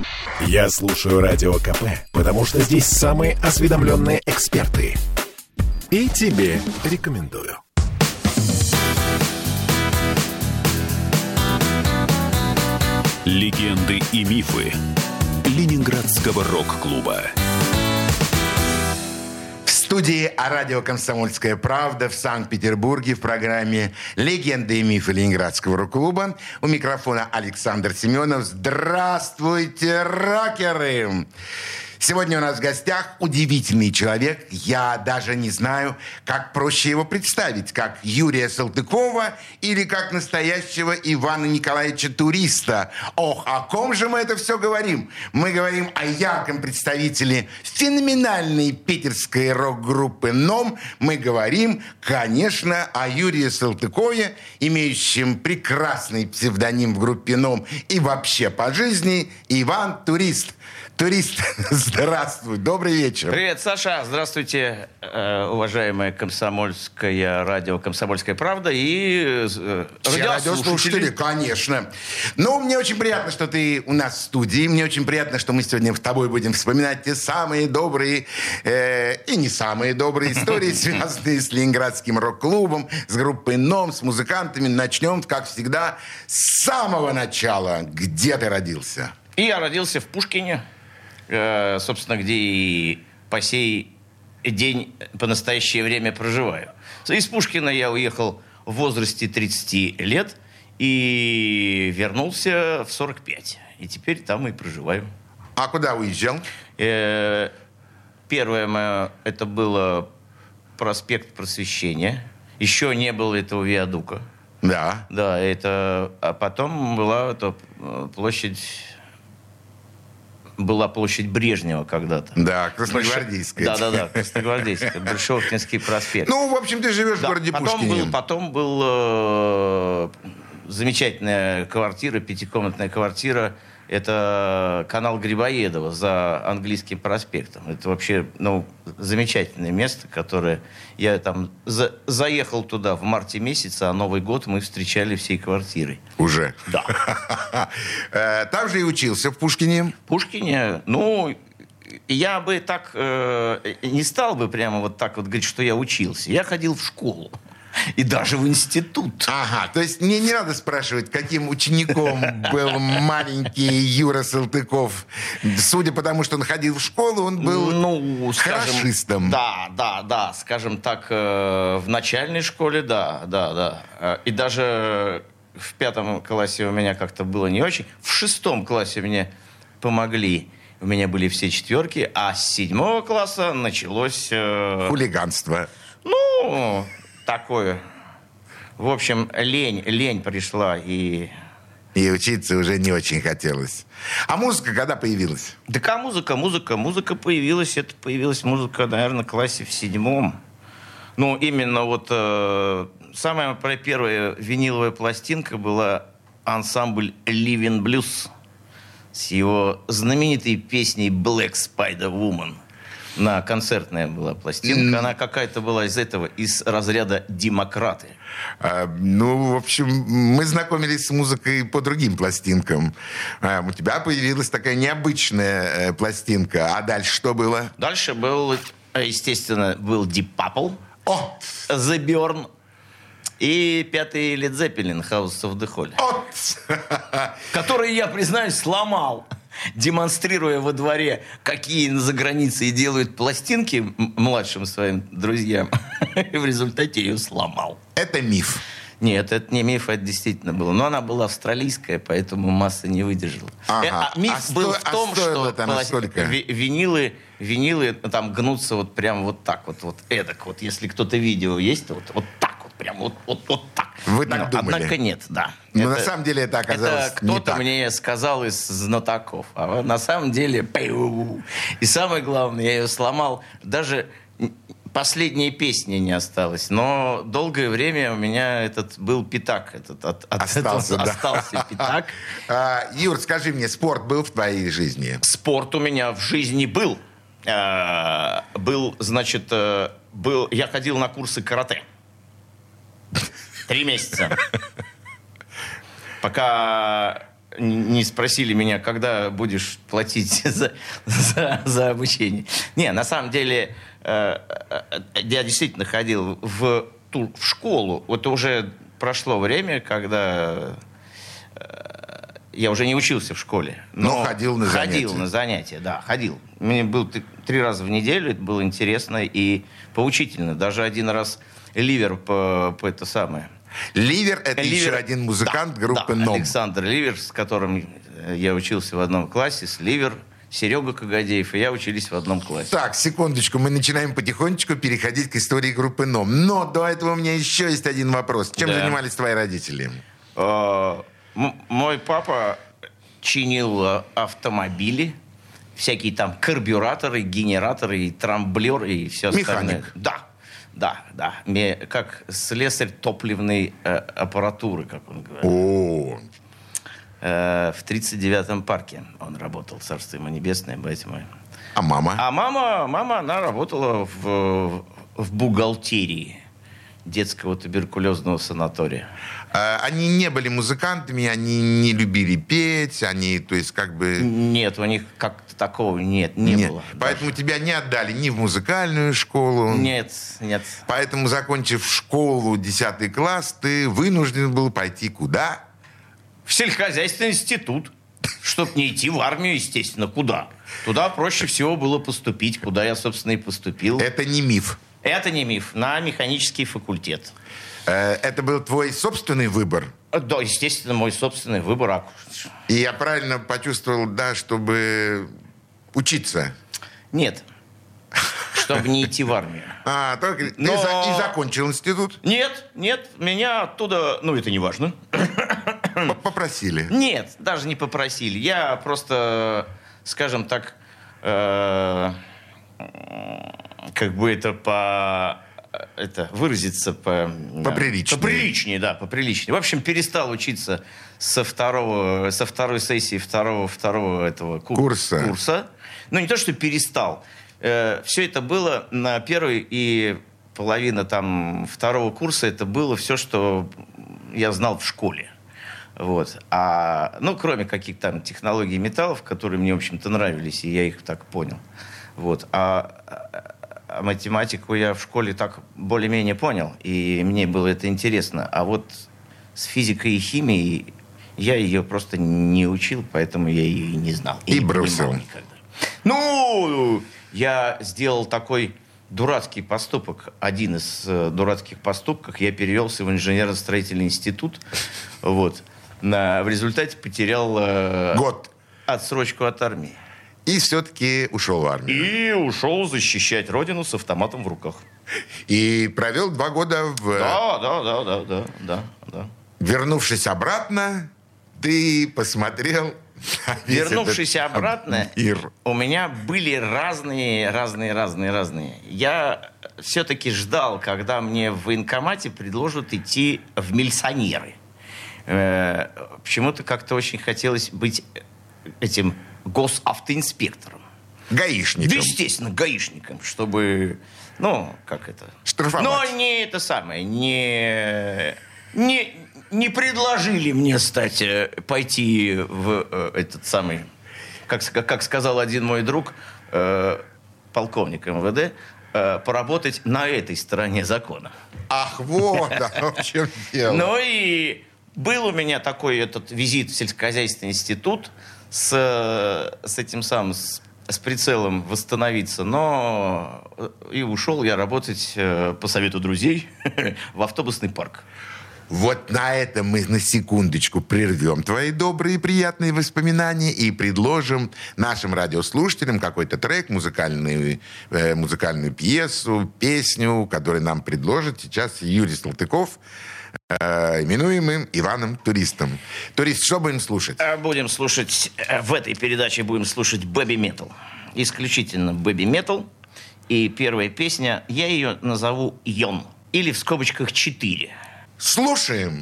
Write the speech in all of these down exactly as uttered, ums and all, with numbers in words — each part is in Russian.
Я слушаю Радио КП, потому что здесь самые осведомленные эксперты. И тебе рекомендую. Легенды и мифы Ленинградского рок-клуба. В студии радио «Комсомольская правда» в Санкт-Петербурге в программе «Легенды и мифы Ленинградского рок-клуба». У микрофона Александр Семенов. Здравствуйте, рокеры! Сегодня у нас в гостях удивительный человек. Я даже не знаю, как проще его представить. Как Юрия Салтыкова или как настоящего Ивана Николаевича Туриста. Ох, о ком же мы это все говорим? Мы говорим о ярком представителе феноменальной питерской рок-группы «Ном». Мы говорим, конечно, о Юрии Салтыкове, имеющем прекрасный псевдоним в группе «Ном» и вообще по жизни Иван Турист. Турист, здравствуй, добрый вечер. Привет, Саша, здравствуйте, э, уважаемая комсомольская радио «Комсомольская правда» и э, радиослушатели. радиослушатели. Конечно. Ну, мне очень приятно, что ты у нас в студии. Мне очень приятно, что мы сегодня с тобой будем вспоминать те самые добрые э, и не самые добрые истории, связанные с Ленинградским рок-клубом, с группой «Ном», с музыкантами. Начнем, как всегда, с самого начала. Где ты родился? И я родился в Пушкине. Собственно, где и по сей день, по настоящее время проживаю. Из Пушкина я уехал в возрасте тридцати лет и вернулся в сорок пять. И теперь там и проживаю. А куда уезжал? Первое мое, это было проспект Просвещения. Еще не было этого виадука. Да. Да, это... А потом была эта площадь... Была площадь Брежнева когда-то. Да, Красногвардейская. Да-да-да, Красногвардейская, Большевкинский проспект. Ну, в общем, ты живешь да, в городе потом Пушкине. Был, потом был э, замечательная квартира, пятикомнатная квартира. Это канал Грибоедова за Английским проспектом. Это вообще, ну, замечательное место, которое... Я там за, заехал туда в марте месяце, а Новый год мы встречали всей квартирой. Уже? Да. Там же и учился, в Пушкине? В Пушкине, ну... Я бы так э, не стал бы прямо вот так вот говорить, что я учился. Я ходил в школу. И даже в институт. Ага, то есть мне не надо спрашивать, каким учеником был маленький Юра Салтыков. Судя по тому, что он ходил в школу, он был ну, скажем, хорошистом. Да, да, да, скажем так, э, в начальной школе, да, да, да. И даже в пятом классе у меня как-то было не очень. В шестом классе мне помогли. У меня были все четверки, а с седьмого класса началось... Э, хулиганство. Ну... Такое. В общем, лень, лень пришла и... И учиться уже не очень хотелось. А музыка когда появилась? Да а музыка, музыка, музыка появилась. Это появилась музыка, наверное, в классе в седьмом. Ну, именно вот... Э, самая первая виниловая пластинка была ансамбль Living Blues с его знаменитой песней Black Spider Woman. На концертная была пластинка. Она какая-то была из этого, из разряда «Демократы». А, ну, в общем, мы знакомились с музыкой по другим пластинкам. А, у тебя появилась такая необычная э, пластинка. А дальше что было? Дальше был, естественно, был Deep Purple, О! The Burn и пятый Led Zeppelin, House of the Holy. О! Который, я признаюсь, сломал, демонстрируя во дворе, какие за границей делают пластинки младшим своим друзьям. И в результате ее сломал. Это миф. Нет, это не миф, это действительно было. Но она была австралийская, поэтому масса не выдержала. Ага. А миф а был сто... в том, а что там сколько? винилы, винилы там гнутся вот прям вот так вот, вот эдак. Вот если кто-то видео есть, то вот, вот так вот, прям вот, вот, вот так. Вы так Но, думали? Однако нет, да. Но это, на самом деле это оказалось это не кто-то так. мне сказал из знатоков. А на самом деле... И самое главное, я ее сломал. Даже последней песни не осталось. Но долгое время у меня этот был пятак. Этот, от, от остался, этого да. остался пятак. А, Юр, скажи мне, спорт был в твоей жизни? Спорт у меня в жизни был. А, был, значит, был, я ходил на курсы карате. Три месяца. Пока не спросили меня, когда будешь платить за, за, за обучение. Не, на самом деле, э, я действительно ходил в, ту, в школу. Вот уже прошло время, когда э, я уже не учился в школе. Но, но ходил на занятия. Ходил на занятия, да, ходил. Мне было три раза в неделю, это было интересно и поучительно. Даже один раз Ливер по, по это самое... Ливер — это Ливер, еще один музыкант да, группы да, «Ном». Александр Ливер, с которым я учился в одном классе, с Ливер, Серега Кагадеев, и я учились в одном классе. Так, секундочку, мы начинаем потихонечку переходить к истории группы «Ном». Но до этого у меня еще есть один вопрос. Чем да. занимались твои родители? А, м- мой папа чинил автомобили, всякие там карбюраторы, генераторы, и трамблеры, и все остальное. Механик. Да. Да, да. Мне, как слесарь топливной э, аппаратуры, как он говорит. О, Э, в тридцать девятом парке он работал, царство ему небесное, батя мой. а мама? А мама, мама, она работала в, в бухгалтерии детского туберкулезного санатория. А, они не были музыкантами, они не любили петь, они, то есть, как бы... Нет, у них как-то такого нет, не Нет. было. Поэтому даже. тебя не отдали ни в музыкальную школу. Нет, нет. Поэтому, закончив школу десятый класс, ты вынужден был пойти куда? В сельскохозяйственный институт. Чтоб не идти в армию, естественно. Куда? Туда проще всего было поступить, куда я, собственно, и поступил. Это не миф. Это не миф. На механический факультет. Э, Это был твой собственный выбор? Да, естественно, мой собственный выбор. А И я правильно почувствовал, да, чтобы учиться? нет. Чтобы не идти в армию. А, только ты Но- за- и закончил институт? Нет, нет, меня оттуда... Ну, это не важно. П- Попросили. Нет, даже не попросили. Я просто, скажем так, э, как бы это по... Это выразиться по... Поприличнее. Поприличнее, да, поприличнее. В общем, перестал учиться со, второго, со второй сессии второго, второго этого ку- Курса. курса. Ну, не то, что перестал. Э, все это было на первой и половина там второго курса. Это было все, что я знал в школе. Вот. А, ну, кроме каких-то там технологий металлов, которые мне, в общем-то, нравились, и я их так понял. Вот. А, а математику я в школе так более-менее понял, и мне было это интересно. А вот с физикой и химией я ее просто не учил, поэтому я ее и не знал. И не бросил. понимал никогда. Ну, я сделал такой дурацкий поступок. Один из э, дурацких поступков. Я перевелся в инженерно-строительный институт. Вот. На, в результате потерял э, Год. отсрочку от армии. И все-таки ушел в армию. И ушел защищать родину с автоматом в руках. И провел два года в... Да, да, да, да, да, да, да. Вернувшись обратно, ты посмотрел... на весь Вернувшись этот обратно, мир. у меня были разные, разные, разные, разные. Я все-таки ждал, когда мне в военкомате предложат идти в милиционеры. Э, Почему-то как-то очень хотелось быть этим госавтоинспектором. Гаишником. Да, естественно, гаишником, чтобы, ну, как это... Штрафовать. Но не это самое, не... Не, не предложили мне, кстати, пойти в э, этот самый, как, ска- как сказал один мой друг, э, полковник эм вэ дэ, э, поработать на этой стороне закона. Ах, вот оно в чем дело. Ну и был у меня такой этот визит в сельскохозяйственный институт с, э, с этим самым, с, с прицелом восстановиться, но и ушел я работать э, по совету друзей в автобусный парк. Вот на этом мы на секундочку прервем твои добрые и приятные воспоминания и предложим нашим радиослушателям какой-то трек, музыкальную, э, музыкальную пьесу, песню, которую нам предложит сейчас Юрий Салтыков, э, именуемым Иваном Туристом. Турист, что будем слушать? А Будем слушать, э, в этой передаче будем слушать бэби-метал. Исключительно бэби-метал. И первая песня, я ее назову «Йон». Или в скобочках «четыре». Слушаем!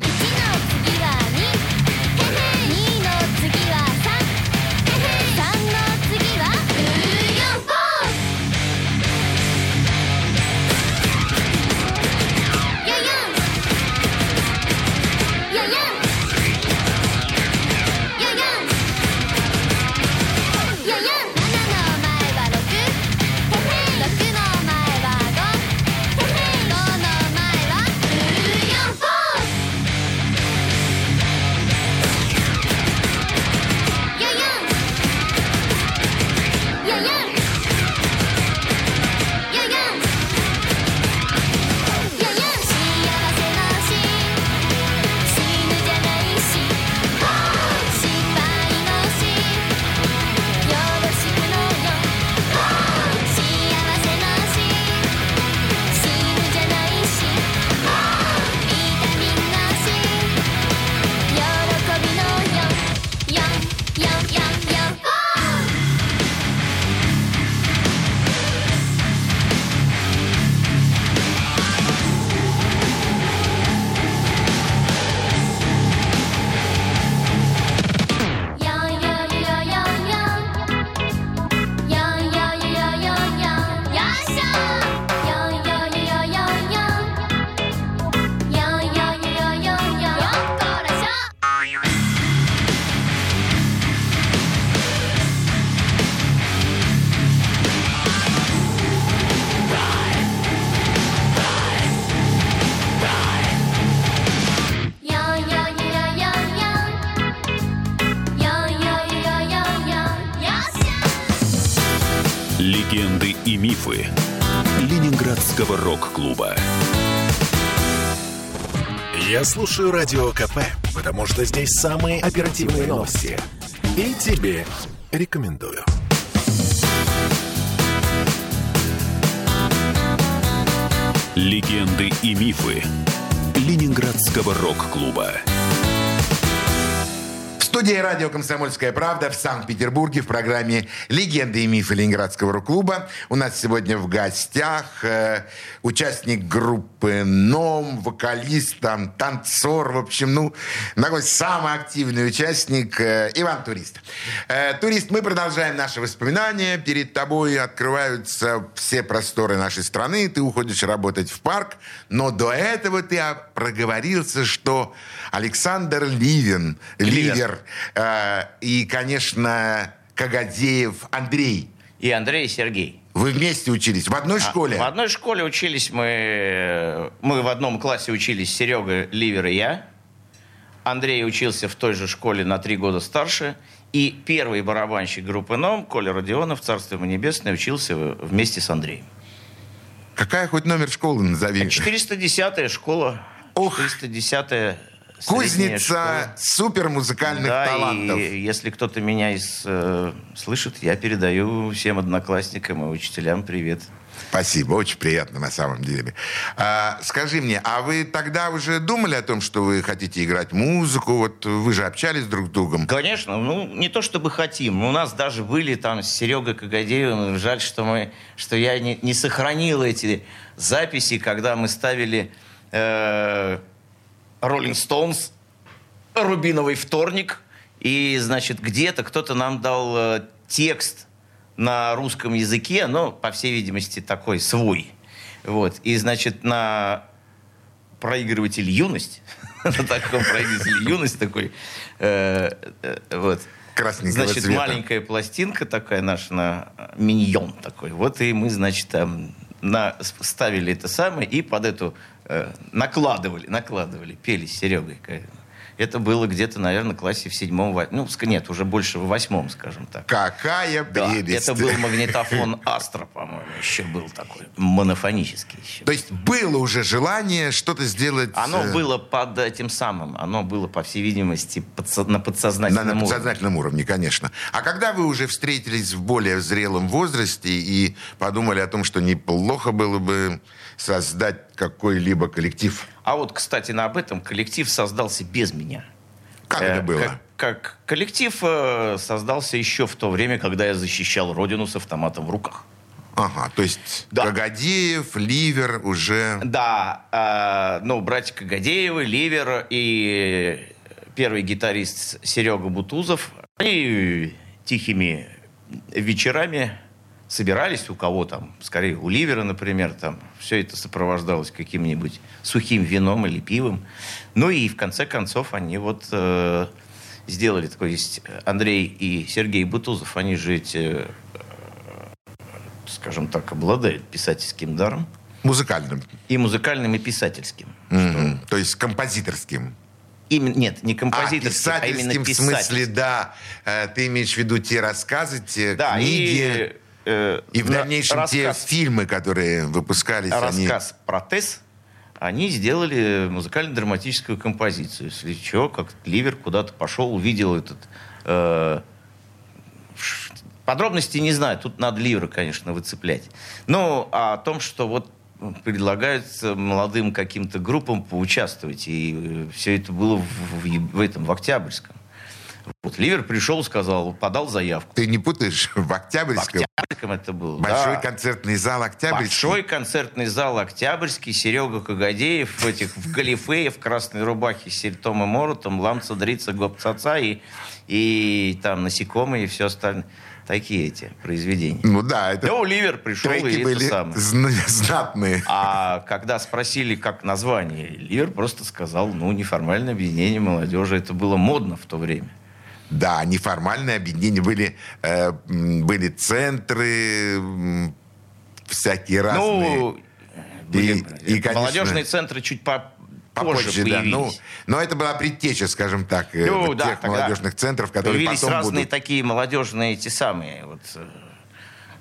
Yeah, yeah. Легенды и мифы Ленинградского рок-клуба. Я слушаю Радио КП, потому что здесь самые оперативные новости. И тебе рекомендую. Легенды и мифы Ленинградского рок-клуба. В студии радио «Комсомольская правда» в Санкт-Петербурге в программе «Легенды и мифы Ленинградского рок-клуба». У нас сегодня в гостях э, участник группы «Ном», вокалист, там, танцор, в общем, ну, такой самый активный участник э, Иван Турист. Э, Турист, мы продолжаем наши воспоминания. Перед тобой открываются все просторы нашей страны. Ты уходишь работать в парк, но до этого ты проговорился, что Александр Ливен, Ливер, Ливер э, и, конечно, Кагадеев Андрей. И Андрей, и Сергей. Вы вместе учились? В одной школе? А, в одной школе учились мы. Мы в одном классе учились, Серега, Ливер и я. Андрей учился в той же школе на три года старше. И первый барабанщик группы «Ном», Коля Родионов, царство ему небесное, учился вместе с Андреем. Какая хоть номер школы назови? четыреста десятая школа. Ох. четыреста десятая Кузница супермузыкальных да, талантов. И если кто-то меня из, э, слышит, я передаю всем одноклассникам и учителям привет. Спасибо, очень приятно на самом деле. А, скажи мне, а вы тогда уже думали о том, что вы хотите играть музыку? Вот вы же общались друг с другом. Конечно, ну не то чтобы хотим. У нас даже были там с Серегой Кагадеевым. Жаль, что мы, что я не, не сохранил эти записи, когда мы ставили э, Rolling Stones, «Рубиновый вторник». И, значит, где-то кто-то нам дал э, текст на русском языке, но, по всей видимости, такой свой. Вот. И, значит, на проигрыватель «Юность», на таком проигрывателе «Юность» такой, вот. Красненького значит, цвета. маленькая пластинка такая наша, на миньон такой. Вот и мы, значит, там на, ставили это самое и под эту э, накладывали, накладывали, пели с Серегой. Это было где-то, наверное, в классе в седьмом, ну, нет, уже больше в восьмом, скажем так. Какая прелесть! Да, это был магнитофон Астра, по-моему, еще был такой, монофонический еще. То есть было уже желание что-то сделать... Оно было под этим самым, оно было, по всей видимости, подсо- на подсознательном на, на уровне. подсознательном уровне, конечно. А когда вы уже встретились в более зрелом возрасте и подумали о том, что неплохо было бы создать какой-либо коллектив? А вот, кстати, на об этом коллектив создался без меня. Как э, это было? Как, как коллектив э, создался еще в то время, когда я защищал родину с автоматом в руках. Ага, то есть да. Кагадеев, Ливер уже... Да, э, ну, братья Кагадеевы, Ливер и первый гитарист Серега Бутузов, они тихими вечерами собирались, у кого там, скорее у Ливера, например, там все это сопровождалось каким-нибудь сухим вином или пивом. Ну и в конце концов они вот э, сделали такой, есть Андрей и Сергей Бутузов, они же эти, э, скажем так, обладают писательским даром. Музыкальным. И музыкальным, и писательским. Mm-hmm. То есть композиторским. Именно, нет, не композиторским, а, а именно писательским. писательским. В смысле, да, э, ты имеешь в виду те рассказы, те да, книги... И, э, И в дальнейшем рассказ, те фильмы, которые выпускались, рассказ они... про ТЭС, они сделали музыкально-драматическую композицию. Если чего, как Ливер куда-то пошел, увидел этот... Э, подробностей не знаю, тут надо Ливера, конечно, выцеплять. Ну, а о том, что вот предлагается молодым каким-то группам поучаствовать. И все это было в, в, в этом, в Октябрьском. Вот Ливер пришел, сказал, подал заявку. Ты не путаешь? В Октябрьском? В Октябрьском это было. Большой да. концертный зал Октябрьский? Большой концертный зал Октябрьский. Серега Кагадеев в этих в галифе, в красной рубахе с сельтом и моротом, ламца, дрица, гоп-ца-ца и, и там насекомые и все остальное. Такие эти произведения. Ну да, это... Да, Ливер пришел треки и были это самое. знатные. А когда спросили, как название, Ливер просто сказал, ну, неформальное объединение молодежи. Это было модно в то время. Да, неформальные объединения были, э, были центры, м, всякие разные. Ну, были, и, и, конечно, молодежные центры чуть по попозже, позже да. появились. Ну, но это была предтеча, скажем так, э, Ну, вот да, тех молодежных центров, которые появились потом разные будут... такие молодежные эти самые вот,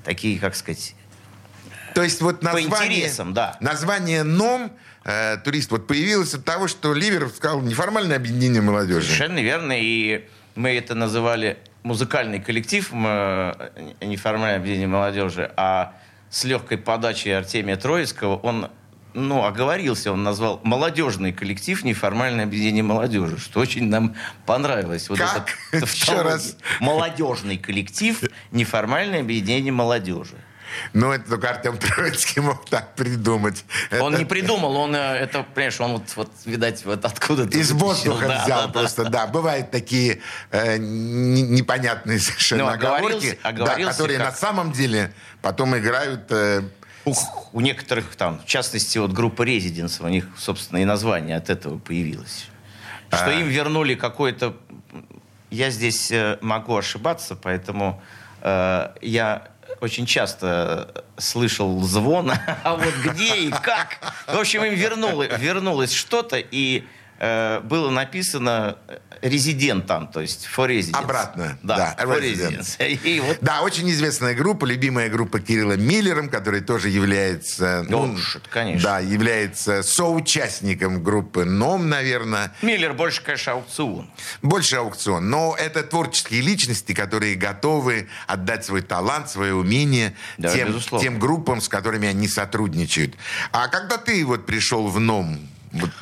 такие, как сказать... То есть вот название, по интересам, да. название НОМ, э, турист, вот появилось от того, что Ливеров сказал неформальное объединение молодежи. Совершенно верно. И мы это называли музыкальный коллектив, э, неформальное объединение молодежи, а с легкой подачей Артемия Троицкого он, ну, оговорился, он назвал молодежный коллектив неформальное объединение молодежи, что очень нам понравилось. Вот как? Это, Еще раз. Молодежный коллектив неформальное объединение молодежи. Ну, это только Артем Троицкий мог так придумать. Он это... не придумал, он, это, понимаешь, он вот, вот видать, вот откуда-то... Из воздуха да, взял да, просто, да. да. Бывают такие э, непонятные совершенно ну, оговорки, оговорился, да, которые как... на самом деле потом играют... Э... У, у некоторых там, в частности, вот группа Residents, у них, собственно, и название от этого появилось. Что а... им вернули какое-то... Я здесь могу ошибаться, поэтому э, я... очень часто слышал звон, а вот где и как. В общем, им вернулось, вернулось что-то, и э, было написано «резидент» там, то есть «for residence». Обратно. Да, да «for residence». И вот... Да, очень известная группа, любимая группа Кирилла Миллером, который тоже является... Ну, уж, конечно. Да, является соучастником группы НОМ, наверное. Миллер больше, конечно, аукцион. Больше аукцион. Но это творческие личности, которые готовы отдать свой талант, свое умение да, тем, тем группам, с которыми они сотрудничают. А когда ты вот пришел в НОМ... Вот...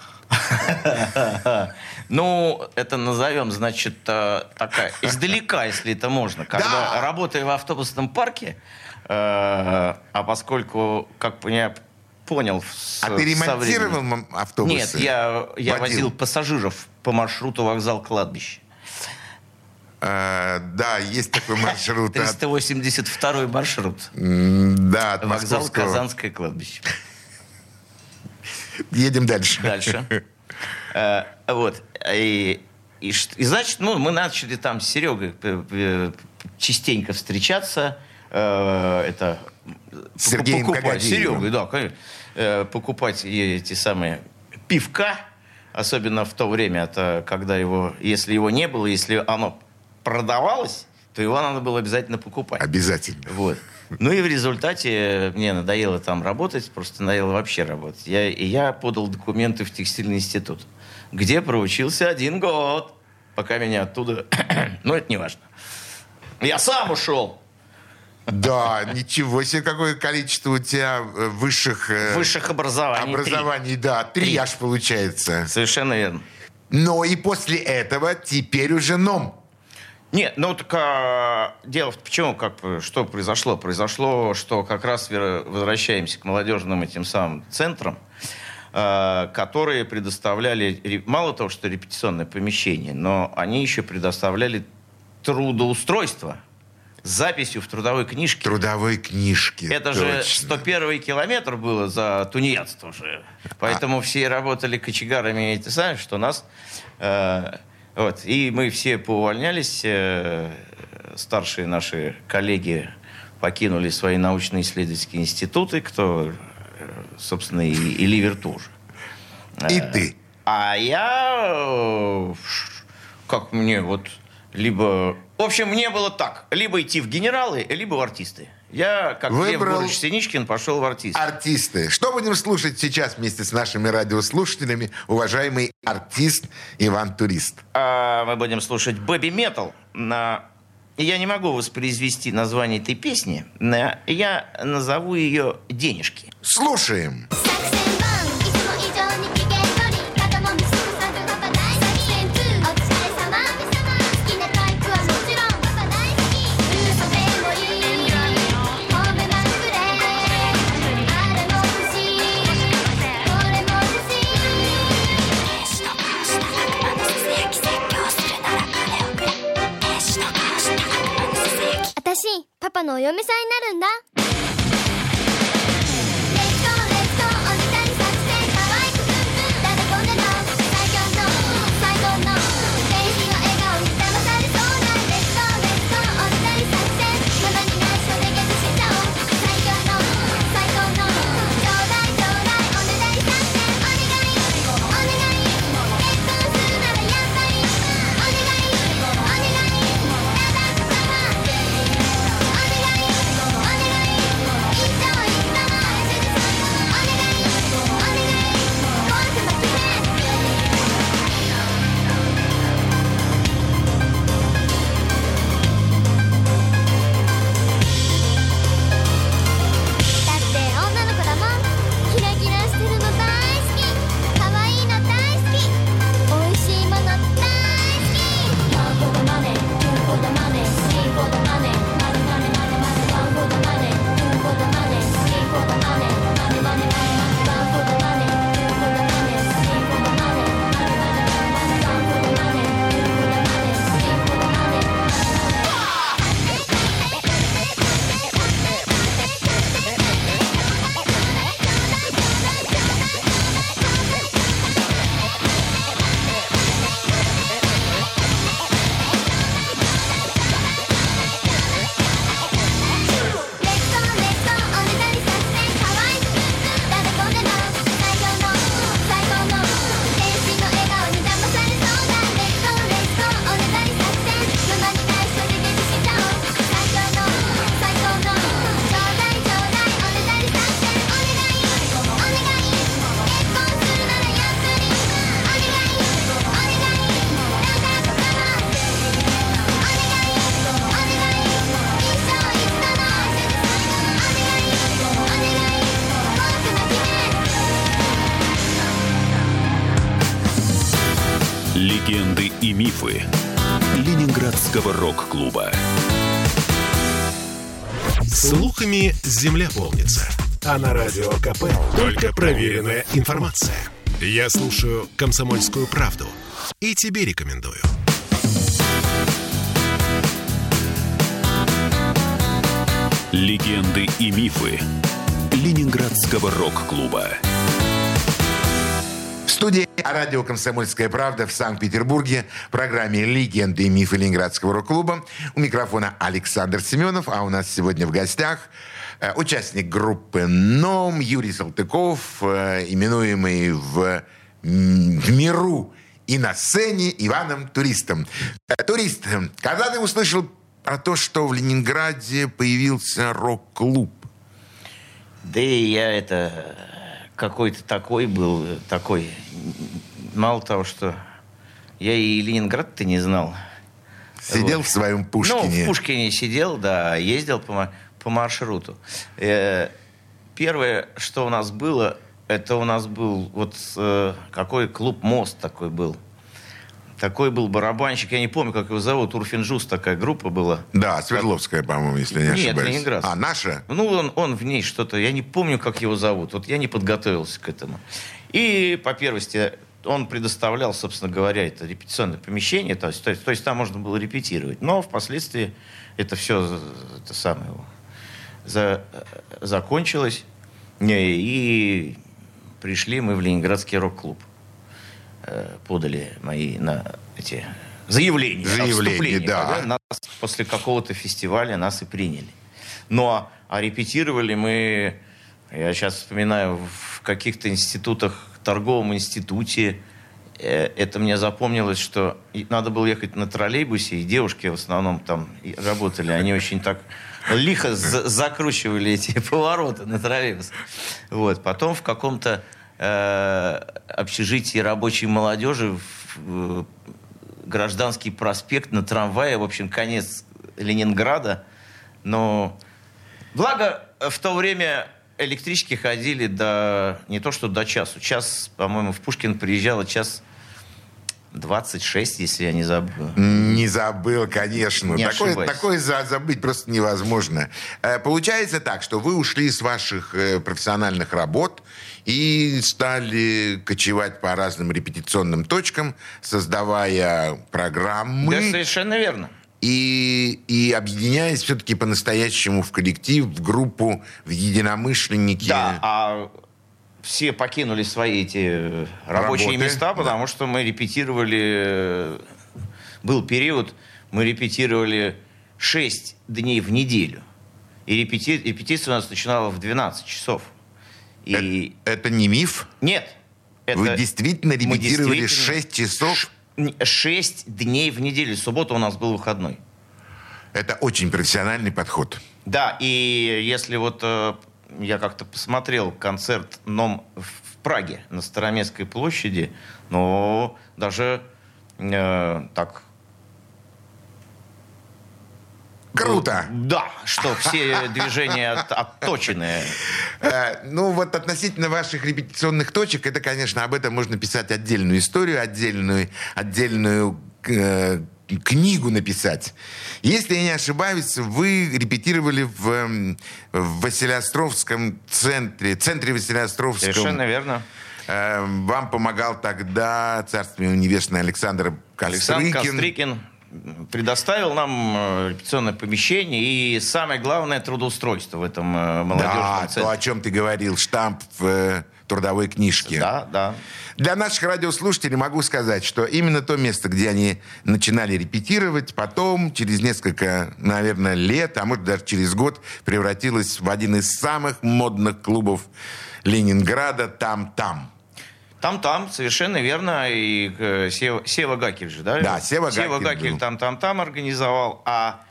Ну, это назовем, значит, такая, издалека, если это можно. Когда да. работаю в автобусном парке, э, а поскольку, как я понял... С, а ты ремонтировал автобусы? Нет, я, я возил пассажиров по маршруту вокзал-кладбище. Uh, да, есть такой маршрут. триста восемьдесят второй маршрут. Да, от вокзал московского... Казанское кладбище. Едем дальше. Дальше. Uh, вот. И, и, и значит, ну, мы начали там с Серегой частенько встречаться. Uh, это Сергеем покупать. Серегой, да, конечно. Uh, покупать эти самые пивка. Особенно в то время, это когда его, если его не было, если оно продавалось, то его надо было обязательно покупать. Обязательно. Вот. Ну и в результате мне надоело там работать, просто надоело вообще работать. Я, и я подал документы в текстильный институт, где проучился один год, пока меня оттуда... Ну, это не важно. Я сам ушел. Да, ничего себе, какое количество у тебя высших... Высших образований. Образований, три. Да, три, три аж получается. Совершенно верно. Но и после этого теперь уже НОМ. Нет, ну так а, дело в том, почему, как, что произошло? Произошло, что как раз возвращаемся к молодежным этим самым центрам, а, которые предоставляли, мало того, что репетиционное помещение, но они еще предоставляли трудоустройство с записью в трудовой книжке. Трудовой книжке, это точно. Же сто первый километр было за тунеядство уже. Поэтому а... все работали кочегарами, эти сами, что нас... Э, вот, и мы все поувольнялись, э, старшие наши коллеги покинули свои научно-исследовательские институты, кто, э, собственно, и, и Ливер тоже. И э, ты. А я... Э, как мне вот... Либо... В общем, мне было так. Либо идти в генералы, либо в артисты. Я, как Лев Гурыч Синичкин, пошел в артисты. Артисты. Что будем слушать сейчас вместе с нашими радиослушателями, уважаемый артист Иван Турист? А, мы будем слушать бэби-метал. На... Я не могу воспроизвести название этой песни. Но я назову ее «Денежки». Слушаем. 私、パパのお嫁さんになるんだ。お願い Легенды и мифы Ленинградского рок-клуба. Слухами земля полнится. А на Радио КП только проверенная информация. Я слушаю «Комсомольскую правду» и тебе рекомендую. Легенды и мифы Ленинградского рок-клуба. В студии радио «Комсомольская правда» в Санкт-Петербурге в программе «Легенды и мифы Ленинградского рок-клуба». У микрофона Александр Семенов, а у нас сегодня в гостях э, участник группы «Ном» Юрий Салтыков, э, именуемый в, в миру и на сцене Иваном Туристом. Э, турист, когда ты услышал про то, что в Ленинграде появился рок-клуб? Да и я это... какой-то такой был, такой. Мало того, что я и Ленинград-то не знал. Сидел вот. в своем Пушкине? Ну, в Пушкине сидел, да, ездил по, по маршруту. Э, первое, что у нас было, это у нас был вот э, какой клуб «Мост» такой был. Такой был барабанщик, я не помню, как его зовут, Урфинджус такая группа была. Да, Свердловская, по-моему, если не Нет, ошибаюсь. Нет, Ленинградская. А, наша? Ну, он, он в ней что-то, я не помню, как его зовут. Вот я не подготовился к этому. И, по первости, он предоставлял, собственно говоря, это репетиционное помещение, то есть, то есть, то есть там можно было репетировать. Но впоследствии это все это самое, за, закончилось, и пришли мы в Ленинградский рок-клуб. Подали мои на эти заявления, заявления, да. да. Нас после какого-то фестиваля нас и приняли. Но а репетировали мы, я сейчас вспоминаю, в каких-то институтах, в торговом институте. Это мне запомнилось, что надо было ехать на троллейбусе, и девушки в основном там работали. Они очень так лихо закручивали эти повороты на троллейбус. Вот. Потом в каком-то общежитие рабочей молодежи, в Гражданский проспект, на трамвае, в общем, конец Ленинграда. Но благо в то время электрички ходили до, не то что до часу. Час, по-моему, в Пушкин приезжало час двадцать шесть, если я не забыл. Не забыл, конечно. Не такое, ошибаюсь. такое забыть просто невозможно. Получается так, что вы ушли с ваших профессиональных работ и стали кочевать по разным репетиционным точкам, создавая программы. Да, совершенно верно. И, и объединяясь все-таки по-настоящему в коллектив, в группу, в единомышленники. Да, а все покинули свои эти рабочие Работы, места, потому да. что мы репетировали... Был период, мы репетировали шесть дней в неделю. И репети... репетиция у нас начинала в двенадцать часов. И... Это, это не миф? Нет. Это... Вы действительно репетировали действительно... шесть часов? Шесть дней в неделю. Суббота у нас был выходной. Это очень профессиональный подход. Да, и если вот э, я как-то посмотрел концерт «Ном» в Праге на Староместской площади, но даже э, так... Круто! Да, что все движения от, отточенные. Э, ну, вот относительно ваших репетиционных точек, это, конечно, об этом можно писать отдельную историю, отдельную, отдельную э, книгу написать. Если я не ошибаюсь, вы репетировали в, в Василиостровском центре, центре Василиостровском. Совершенно верно. Э, вам помогал тогда, царствие небесное, Александр Кострыкин. Александр Кострыкин предоставил нам репетиционное помещение и, самое главное, трудоустройство в этом молодежном да, центре. То, о чем ты говорил, штамп в э, трудовой книжке. Да, да. Для наших радиослушателей могу сказать, что именно то место, где они начинали репетировать, потом, через несколько, наверное, лет, а может даже через год, превратилось в один из самых модных клубов Ленинграда «Там-там». Там-там, совершенно верно. И э, Сева, Сева Гакель же, да? Да, Сева Гакель Сева Гакель был. там-там-там организовал. А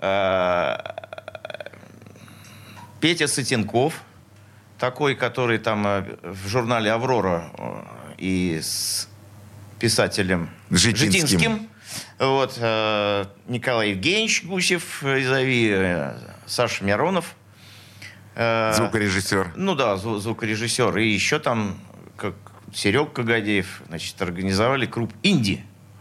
э, Петя Сытенков, такой, который там э, в журнале «Аврора» э, и с писателем Житинским. Житинским. Вот, э, Николай Евгеньевич Гусев из АВИ, э, Саша Миронов. Э, Звукорежиссер. Ну да, зву- звукорежиссер. И еще там... как Серега Кагадеев, значит, организовали клуб «Инди».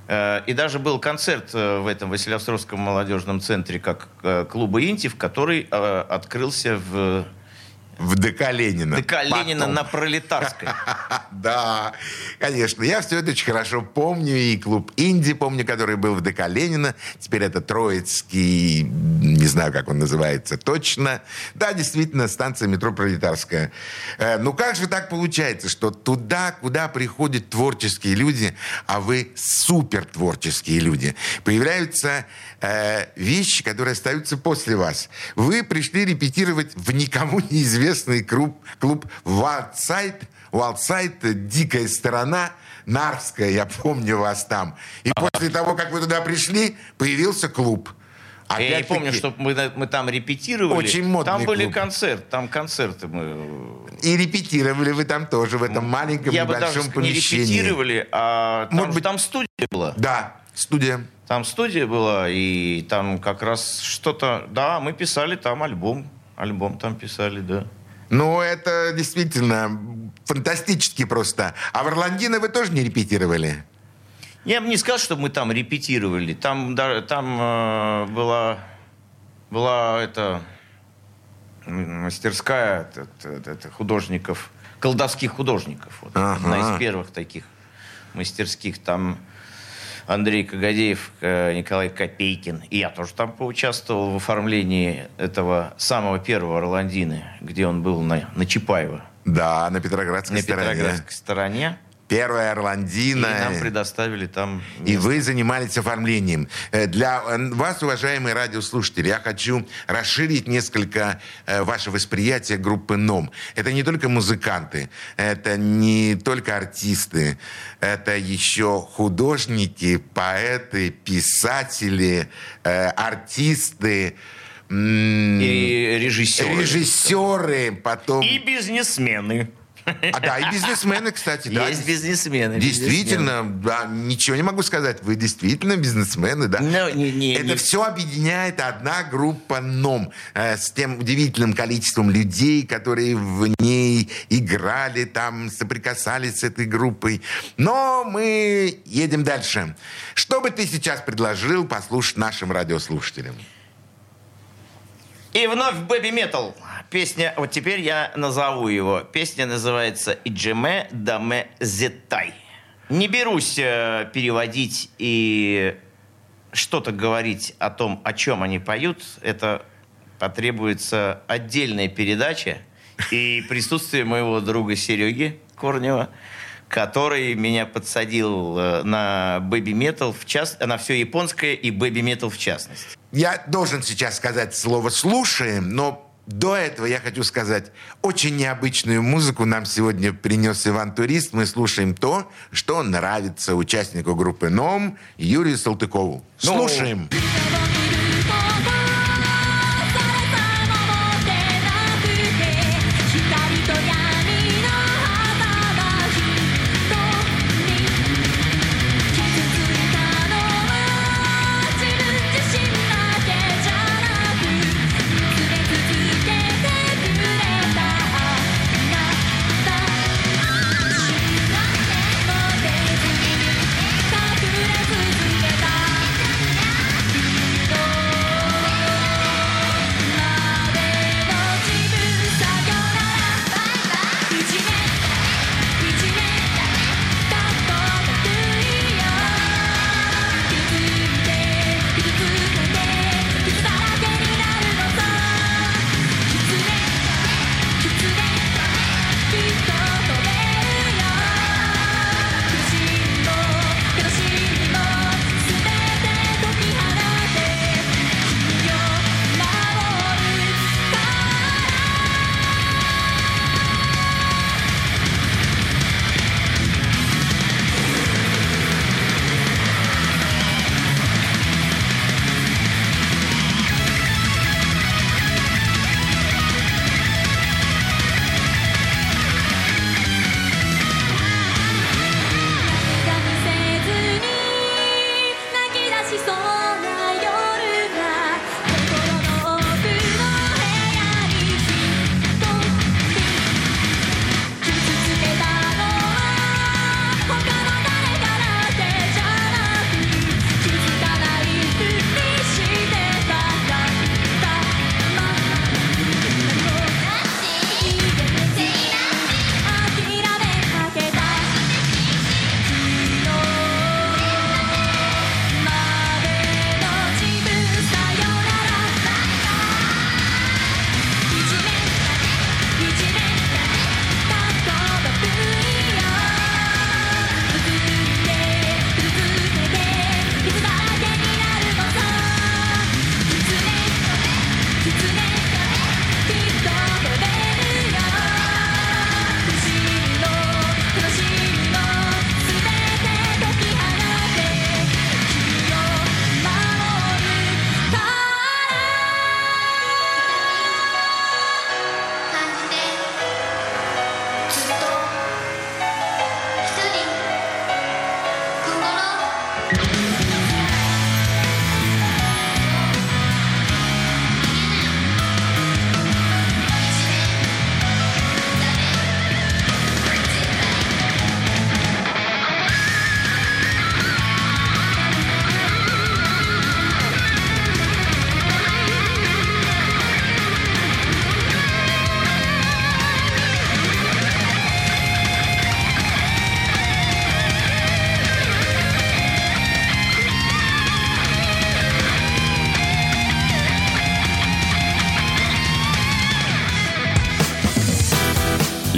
И даже был концерт в этом Василеостровском молодежном центре как клуба «Интив», который открылся в... В ДК Ленина. ДК Ленина на Пролетарской. Да, конечно. Я все это очень хорошо помню. И клуб «Инди» помню, который был в ДК Ленина. Теперь это Троицкий, не знаю, как он называется точно. Да, действительно, станция метро Пролетарская. Э, ну как же так получается, что туда, куда приходят творческие люди, а вы супертворческие люди, появляются э, вещи, которые остаются после вас. Вы пришли репетировать в никому неизвестном известный клуб, клуб Wildсайд, Wildсайд, дикая сторона, Нарвская, я помню вас там. И ага. после того, как вы туда пришли, появился клуб. Опять я не помню, что мы, мы там репетировали. Очень модный Там были клуб. концерты, там концерты мы... И репетировали вы там тоже, в этом маленьком я небольшом бы даже помещении. Не репетировали, а там, Может быть... там студия была. Да, студия. Там студия была, и там как раз что-то... Да, мы писали там альбом. Альбом там писали, да. Ну, это действительно фантастически просто. А в Орландино вы тоже не репетировали? Я бы не сказал, что мы там репетировали. Там, да, там э, была, была эта мастерская это, это, это художников, колдовских художников. Вот, ага. Одна из первых таких мастерских. Там Андрей Кагадеев, Николай Копейкин. И я тоже там поучаствовал в оформлении этого самого первого Орландины, где он был на, на Чапаева. Да, на Петроградской на стороне. На Петроградской стороне. Первая Орландина. И нам предоставили там место. И вы занимались оформлением. Для вас, уважаемые радиослушатели, я хочу расширить несколько ваше восприятие группы «Ном». Это не только музыканты, это не только артисты, это еще художники, поэты, писатели, артисты, и режиссеры. Режиссеры, потом... И бизнесмены. А, да, и бизнесмены, кстати. Да. Есть бизнесмены. Действительно, бизнесмены. Да, ничего не могу сказать. Вы действительно бизнесмены, да. No, не, не, Это не. все объединяет одна группа «Ном» э, с тем удивительным количеством людей, которые в ней играли, там, соприкасались с этой группой. Но мы едем дальше. Что бы ты сейчас предложил послушать нашим радиослушателям? И вновь бэби-метал. Песня, вот теперь я назову его. Песня называется «Иджеме даме зетай». Не берусь э, переводить и что-то говорить о том, о чем они поют. Это потребуется отдельная передача и присутствие моего друга Сереги Корнева, который меня подсадил на бэби-метал, в част... на все японское и бэби-метал в частности. Я должен сейчас сказать слово «слушаем», но до этого я хочу сказать, очень необычную музыку нам сегодня принес Иван Турист. Мы слушаем то, что нравится участнику группы «Ном» Юрию Салтыкову. Ну... Слушаем.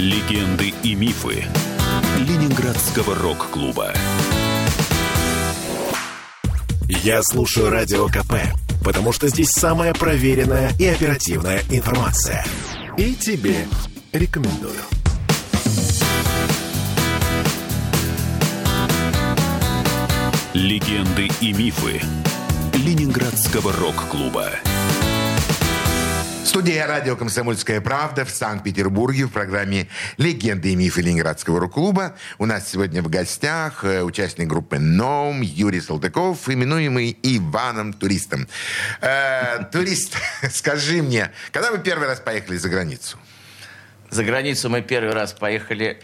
Легенды и мифы Ленинградского рок-клуба. Я слушаю Радио КП, потому что здесь самая проверенная и оперативная информация. И тебе рекомендую. Легенды и мифы Ленинградского рок-клуба. Студия «Радио Комсомольская правда» в Санкт-Петербурге в программе «Легенды и мифы Ленинградского рок-клуба». У нас сегодня в гостях участник группы «Ноум» Юрий Салтыков, именуемый Иваном Туристом. Э, турист, скажи мне, когда вы первый раз поехали за границу? За границу мы первый раз поехали...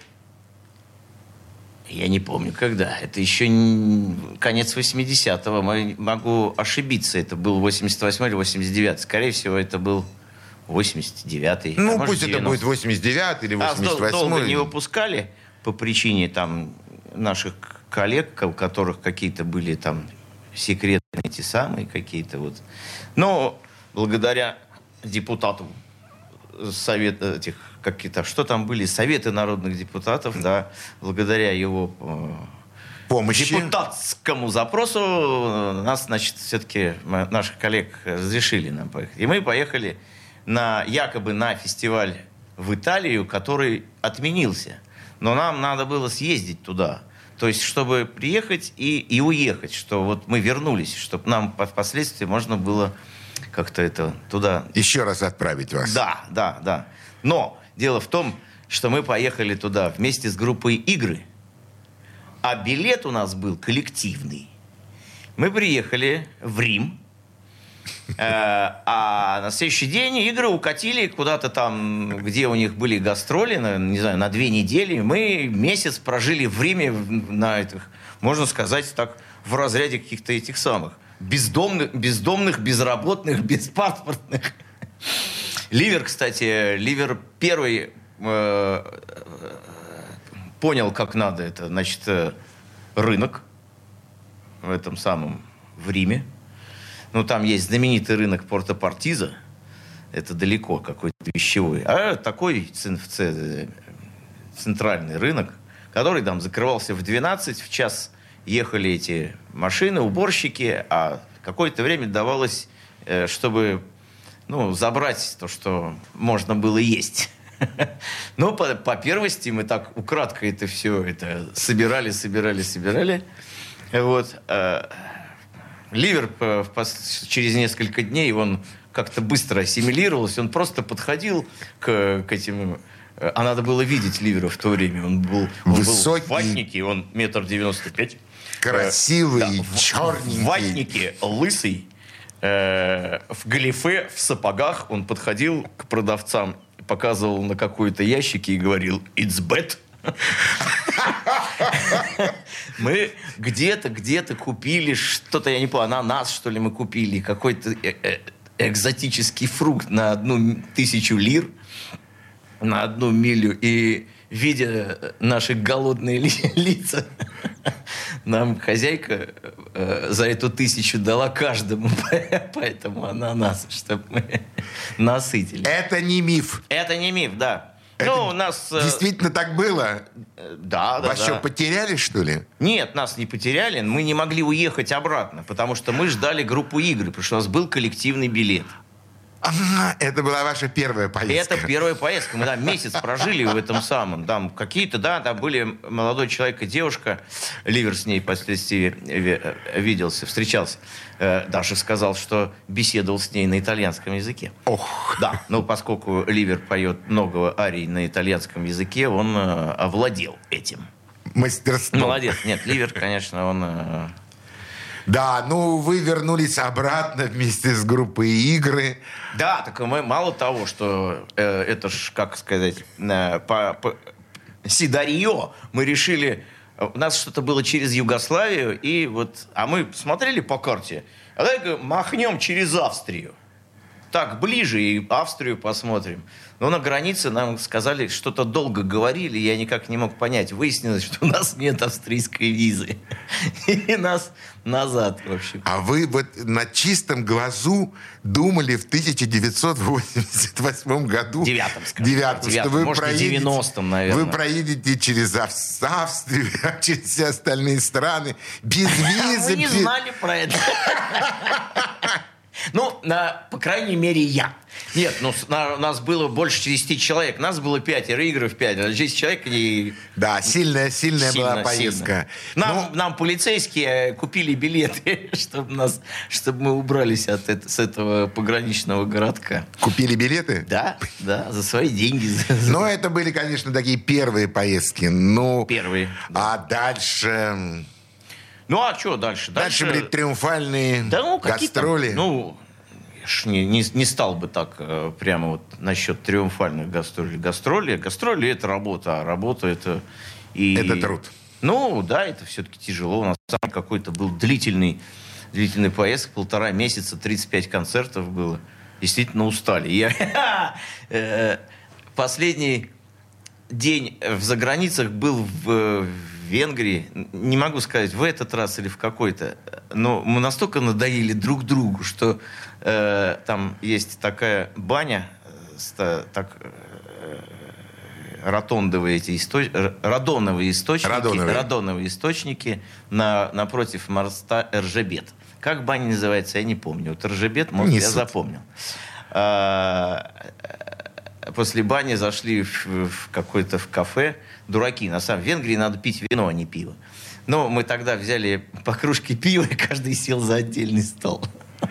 Я не помню, когда. Это еще конец восьмидесятого. Могу ошибиться. Это был восемьдесят восьмой или восемьдесят девятый. Скорее всего, это был восемьдесят девятый. Ну, а пусть девяностый. Это будет восемьдесят девятый или восемьдесят восьмой. А долго не выпускали по причине там наших коллег, у которых какие-то были там секретные эти самые какие-то вот. Но благодаря депутату совета этих какие-то, что там были, советы народных депутатов, да, благодаря его э, помощи, депутатскому запросу нас, значит, все-таки наших коллег разрешили нам поехать. И мы поехали на, якобы на фестиваль в Италию, который отменился. Но нам надо было съездить туда. То есть, чтобы приехать и, и уехать, что вот мы вернулись, чтобы нам впоследствии можно было как-то это туда... Еще раз отправить вас. Да, да, да. Но дело в том, что мы поехали туда вместе с группой «Игры», а билет у нас был коллективный. Мы приехали в Рим, э, а на следующий день «Игры» укатили куда-то там, где у них были гастроли, на, не знаю, на две недели. Мы месяц прожили в Риме на этих, можно сказать так, в разряде каких-то этих самых бездомных, бездомных, безработных, беспаспортных. Ливер, кстати, Ливер первый э, понял, как надо это. Значит, э, рынок в этом самом, в Риме. Ну, там есть знаменитый рынок Порто-Партиза. Это далеко какой-то вещевой. А такой центральный рынок, который там закрывался в двенадцать, в час ехали эти машины, уборщики, а какое-то время давалось, э, чтобы... Ну, забрать то, что можно было есть. Но по, по первости мы так украдкой это все это собирали, собирали, собирали. Вот. Ливер по, по, через несколько дней, он как-то быстро ассимилировался, он просто подходил к, к этим... А надо было видеть Ливера в то время. Он был, он высокий, был в ватнике, он метр девяносто пять. Красивый, да, черненький. В ватнике, лысый. В галифе, в сапогах он подходил к продавцам, показывал на какой-то ящике и говорил «It's bad». Мы где-то, где-то купили что-то, я не помню, ананас, что ли, мы купили, какой-то экзотический фрукт на одну тысячу лир, на одну милю, и видя наши голодные ли- лица, нам хозяйка э, за эту тысячу дала каждому по этому ананасу, чтобы мы насытили. Это не миф. Это не миф, да. Это ну, у нас... Э, действительно так было? Э, да, да, Вас да. что, потеряли, что ли? Нет, нас не потеряли. Мы не могли уехать обратно, потому что мы ждали группу «Игры», потому что у нас был коллективный билет. Ага, это была ваша первая поездка. Это первая поездка. Мы там месяц прожили в этом самом. Там какие-то, да, там были молодой человек и девушка. Ливер с ней впоследствии виделся, встречался. Даже сказал, что беседовал с ней на итальянском языке. Ох. Да, но поскольку Ливер поет много арий на итальянском языке, он овладел этим. Мастерство. Молодец. Нет, Ливер, конечно, он... Да, ну вы вернулись обратно вместе с группой «Игры». Да, так мы мало того, что э, это ж, как сказать, э, по, по Сидарье мы решили, у нас что-то было через Югославию, и вот, а мы смотрели по карте, а давай-ка махнем через Австрию. так, ближе, и Австрию посмотрим. Но на границе нам сказали, что-то долго говорили, я никак не мог понять. Выяснилось, что у нас нет австрийской визы. И нас назад, в общем. А вы вот на чистом глазу думали в тысяча девятьсот восемьдесят восьмом году... Девятом, скажем. Девятом, что вы может, проедете, девяностом, наверное. Вы проедете через Австрию, через все остальные страны, без визы. Мы не знали про это. Ну, на, по крайней мере, я. Нет, ну, на, нас было больше десяти человек. Нас было пятеро, игры в пять. десять человек и... Да, сильная, сильная сильно, была поездка. Нам, ну... нам полицейские купили билеты, чтобы, нас, чтобы мы убрались от это, с этого пограничного городка. Купили билеты? Да, да, за свои деньги. Но это были, конечно, такие первые поездки. Ну, первые. Да. А дальше... Ну, а что дальше? Дальше, дальше были триумфальные да, ну, гастроли. Ну, я ж не, не, не стал бы так э, прямо вот насчет триумфальных гастролей. Гастроли, гастроли — это работа, а работа — это... И... Это труд. Ну, да, это все-таки тяжело. У нас сам какой-то был длительный, длительный поездка, полтора месяца, тридцать пять концертов было. Действительно устали. Я последний день в заграницах был в Венгрии, не могу сказать, в этот раз или в какой-то, но мы настолько надоели друг другу, что э, там есть такая баня, э, так, э, ротондовые эти источ... радоновые источники, радоновые. радоновые источники на, напротив моста Эржебет. Как баня называется, я не помню. Вот Эржебет, может, не я суть. запомнил. А, после бани зашли в, в какое-то в кафе. Дураки. На самом деле, в Венгрии надо пить вино, а не пиво. Но мы тогда взяли по кружке пива, и каждый сел за отдельный стол.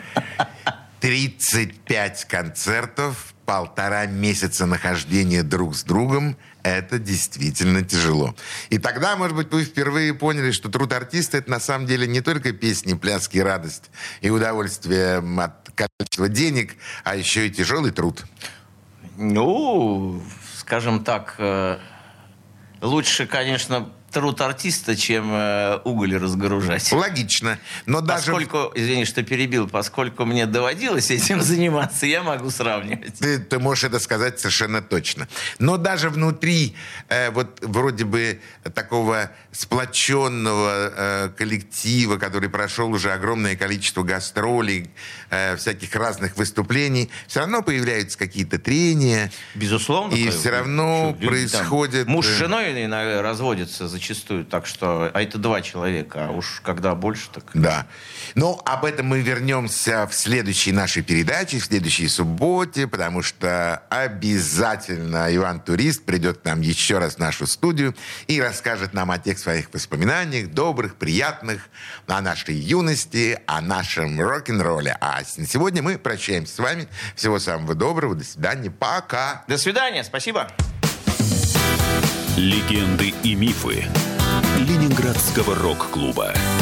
тридцать пять концертов, полтора месяца нахождения друг с другом — это действительно тяжело. И тогда, может быть, вы впервые поняли, что труд артиста — это на самом деле не только песни, пляски, радость и удовольствие от количества денег, а еще и тяжелый труд. Ну, скажем так, лучше, конечно, труд артиста, чем э, уголь разгружать. Логично. Но даже... Поскольку, извини, что перебил, поскольку мне доводилось этим заниматься, я могу сравнивать. Ты, ты можешь это сказать совершенно точно. Но даже внутри э, вот вроде бы такого сплоченного э, коллектива, который прошел уже огромное количество гастролей, э, всяких разных выступлений, все равно появляются какие-то трения. Безусловно. И все равно люди, происходит... Там, муж с женой иногда разводятся зачастую, так что... А это два человека, а уж когда больше, так... Да. Но об этом мы вернемся в следующей нашей передаче, в следующей субботе, потому что обязательно Иван Турист придет к нам еще раз в нашу студию и расскажет нам о тех своих воспоминаниях, добрых, приятных, о нашей юности, о нашем рок-н-ролле. А сегодня мы прощаемся с вами. Всего самого доброго. До свидания. Пока. До свидания. Спасибо. Легенды и мифы Ленинградского рок-клуба.